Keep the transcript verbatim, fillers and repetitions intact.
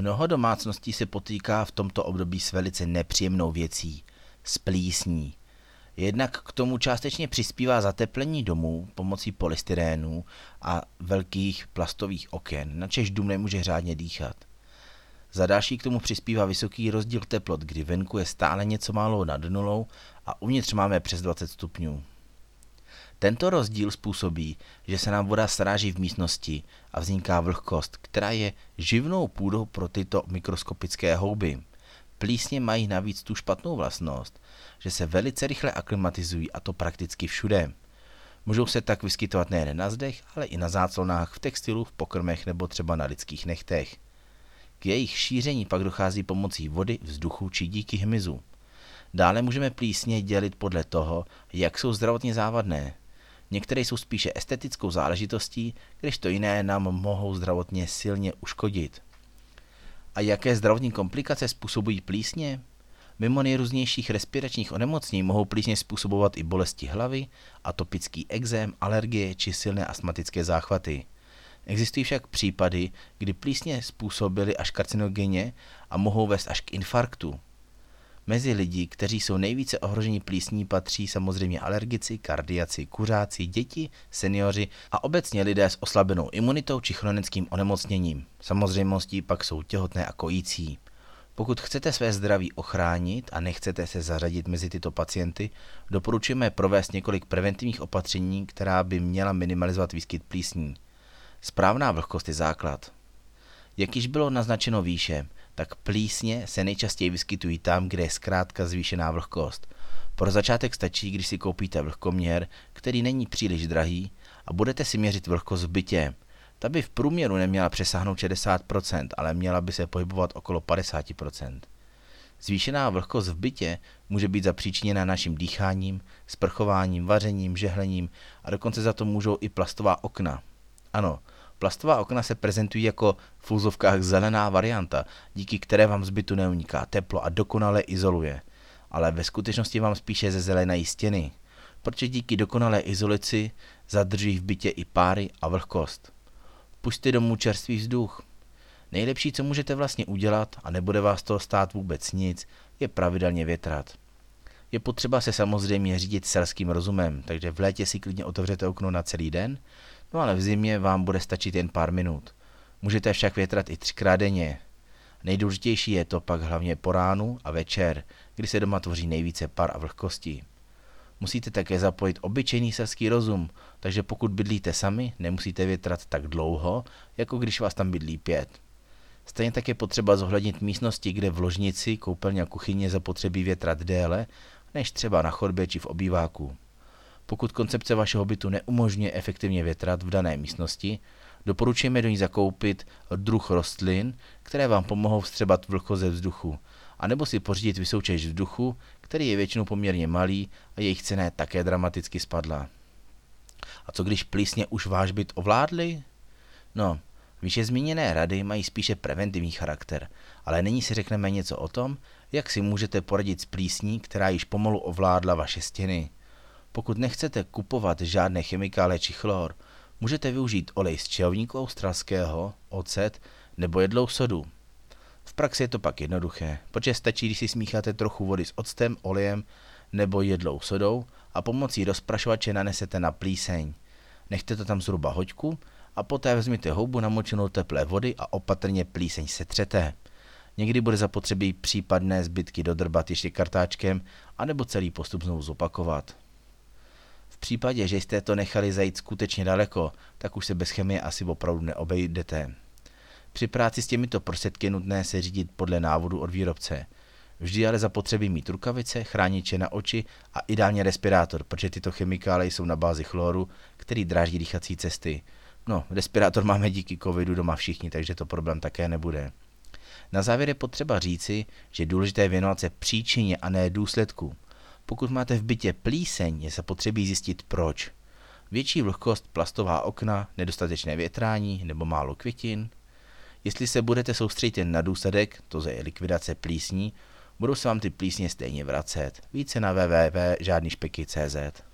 Mnoho domácností se potýká v tomto období s velice nepříjemnou věcí, s plísní. Jednak k tomu částečně přispívá zateplení domů pomocí polystyrénu a velkých plastových oken, načež dům nemůže řádně dýchat. Za další k tomu přispívá vysoký rozdíl teplot, kdy venku je stále něco málo nad nulou a uvnitř máme přes dvacet stupňů. Tento rozdíl způsobí, že se nám voda sráží v místnosti a vzniká vlhkost, která je živnou půdou pro tyto mikroskopické houby. Plísně mají navíc tu špatnou vlastnost, že se velice rychle aklimatizují, a to prakticky všude. Můžou se tak vyskytovat nejen na zdech, ale i na záclonách, v textilu, v pokrmech nebo třeba na lidských nechtech. K jejich šíření pak dochází pomocí vody, vzduchu či díky hmyzu. Dále můžeme plísně dělit podle toho, jak jsou zdravotně závadné. Některé jsou spíše estetickou záležitostí, kdežto jiné nám mohou zdravotně silně uškodit. A jaké zdravotní komplikace způsobují plísně? Mimo nejrůznějších respiračních onemocnění mohou plísně způsobovat i bolesti hlavy, atopický ekzém, alergie či silné astmatické záchvaty. Existují však případy, kdy plísně způsobily až karcinogenně a mohou vést až k infarktu. Mezi lidi, kteří jsou nejvíce ohroženi plísní, patří samozřejmě alergici, kardiaci, kuřáci, děti, seniori a obecně lidé s oslabenou imunitou či chronickým onemocněním. Samozřejmostí pak jsou těhotné a kojící. Pokud chcete své zdraví ochránit a nechcete se zařadit mezi tyto pacienty, doporučujeme provést několik preventivních opatření, která by měla minimalizovat výskyt plísní. Správná vlhkost je základ. Jak již bylo naznačeno výše, tak plísně se nejčastěji vyskytují tam, kde je zkrátka zvýšená vlhkost. Pro začátek stačí, když si koupíte vlhkoměr, který není příliš drahý, a budete si měřit vlhkost v bytě. Ta by v průměru neměla přesáhnout šedesát procent, ale měla by se pohybovat okolo padesát procent. Zvýšená vlhkost v bytě může být zapříčiněna naším dýcháním, sprchováním, vařením, žehlením a dokonce za to můžou i plastová okna. Ano, plastová okna se prezentují jako v úzovkách zelená varianta, díky které vám z bytu neuniká teplo a dokonale izoluje. Ale ve skutečnosti vám spíše zezelenají stěny, protože díky dokonalé izolaci zadržují v bytě i páry a vlhkost. Pusťte domů čerstvý vzduch. Nejlepší, co můžete vlastně udělat, a nebude vás toho stát vůbec nic, je pravidelně větrat. Je potřeba se samozřejmě řídit selským rozumem, takže v létě si klidně otevřete okno na celý den, no ale v zimě vám bude stačit jen pár minut. Můžete však větrat i třikrát denně. Nejdůležitější je to pak hlavně po ránu a večer, kdy se doma tvoří nejvíce par a vlhkosti. Musíte také zapojit obyčejný selský rozum, takže pokud bydlíte sami, nemusíte větrat tak dlouho, jako když vás tam bydlí pět. Stejně tak je potřeba zohlednit místnosti, kde v ložnici, koupelně a kuchyni je zapotřebí větrat déle, než třeba na chodbě či v obýváku. Pokud koncepce vašeho bytu neumožňuje efektivně větrat v dané místnosti, doporučujeme do ní zakoupit druh rostlin, které vám pomohou vstřebat vlhkost ze vzduchu, anebo si pořídit vysoučeč vzduchu, který je většinou poměrně malý a jejich cena také dramaticky spadla. A co když plísně už váš byt ovládly? No, výše zmíněné rady mají spíše preventivní charakter, ale nyní si řekneme něco o tom, jak si můžete poradit s plísní, která již pomalu ovládla vaše stěny. Pokud nechcete kupovat žádné chemikálie či chlor, můžete využít olej z čajovníku australského, ocet nebo jedlou sodu. V praxi je to pak jednoduché, protože stačí, když si smícháte trochu vody s octem, olejem nebo jedlou sodou a pomocí rozprašovače nanesete na plíseň. Nechte to tam zhruba hoďku a poté vezměte houbu namočenou teplé vody a opatrně plíseň setřete. Někdy bude zapotřebí případné zbytky dodrbat ještě kartáčkem anebo celý postup znovu zopakovat. V případě, že jste to nechali zajít skutečně daleko, tak už se bez chemie asi opravdu neobejdete. Při práci s těmito prostředky je nutné se řídit podle návodu od výrobce. Vždy ale zapotřebí mít rukavice, chrániče na oči a ideálně respirátor, protože tyto chemikálie jsou na bázi chloru, který dráždí dýchací cesty. No, respirátor máme díky covidu doma všichni, takže to problém také nebude. Na závěr je potřeba říci, že důležité je věnovat se příčině a ne důsledku. Pokud máte v bytě plíseň, je zapotřebí zjistit proč. Větší vlhkost, plastová okna, nedostatečné větrání nebo málo květin. Jestli se budete soustředit jen na důsledek, to je likvidace plísní, budou se vám ty plísně stejně vracet. Více na w w w tečka žádný špeky tečka cé zet.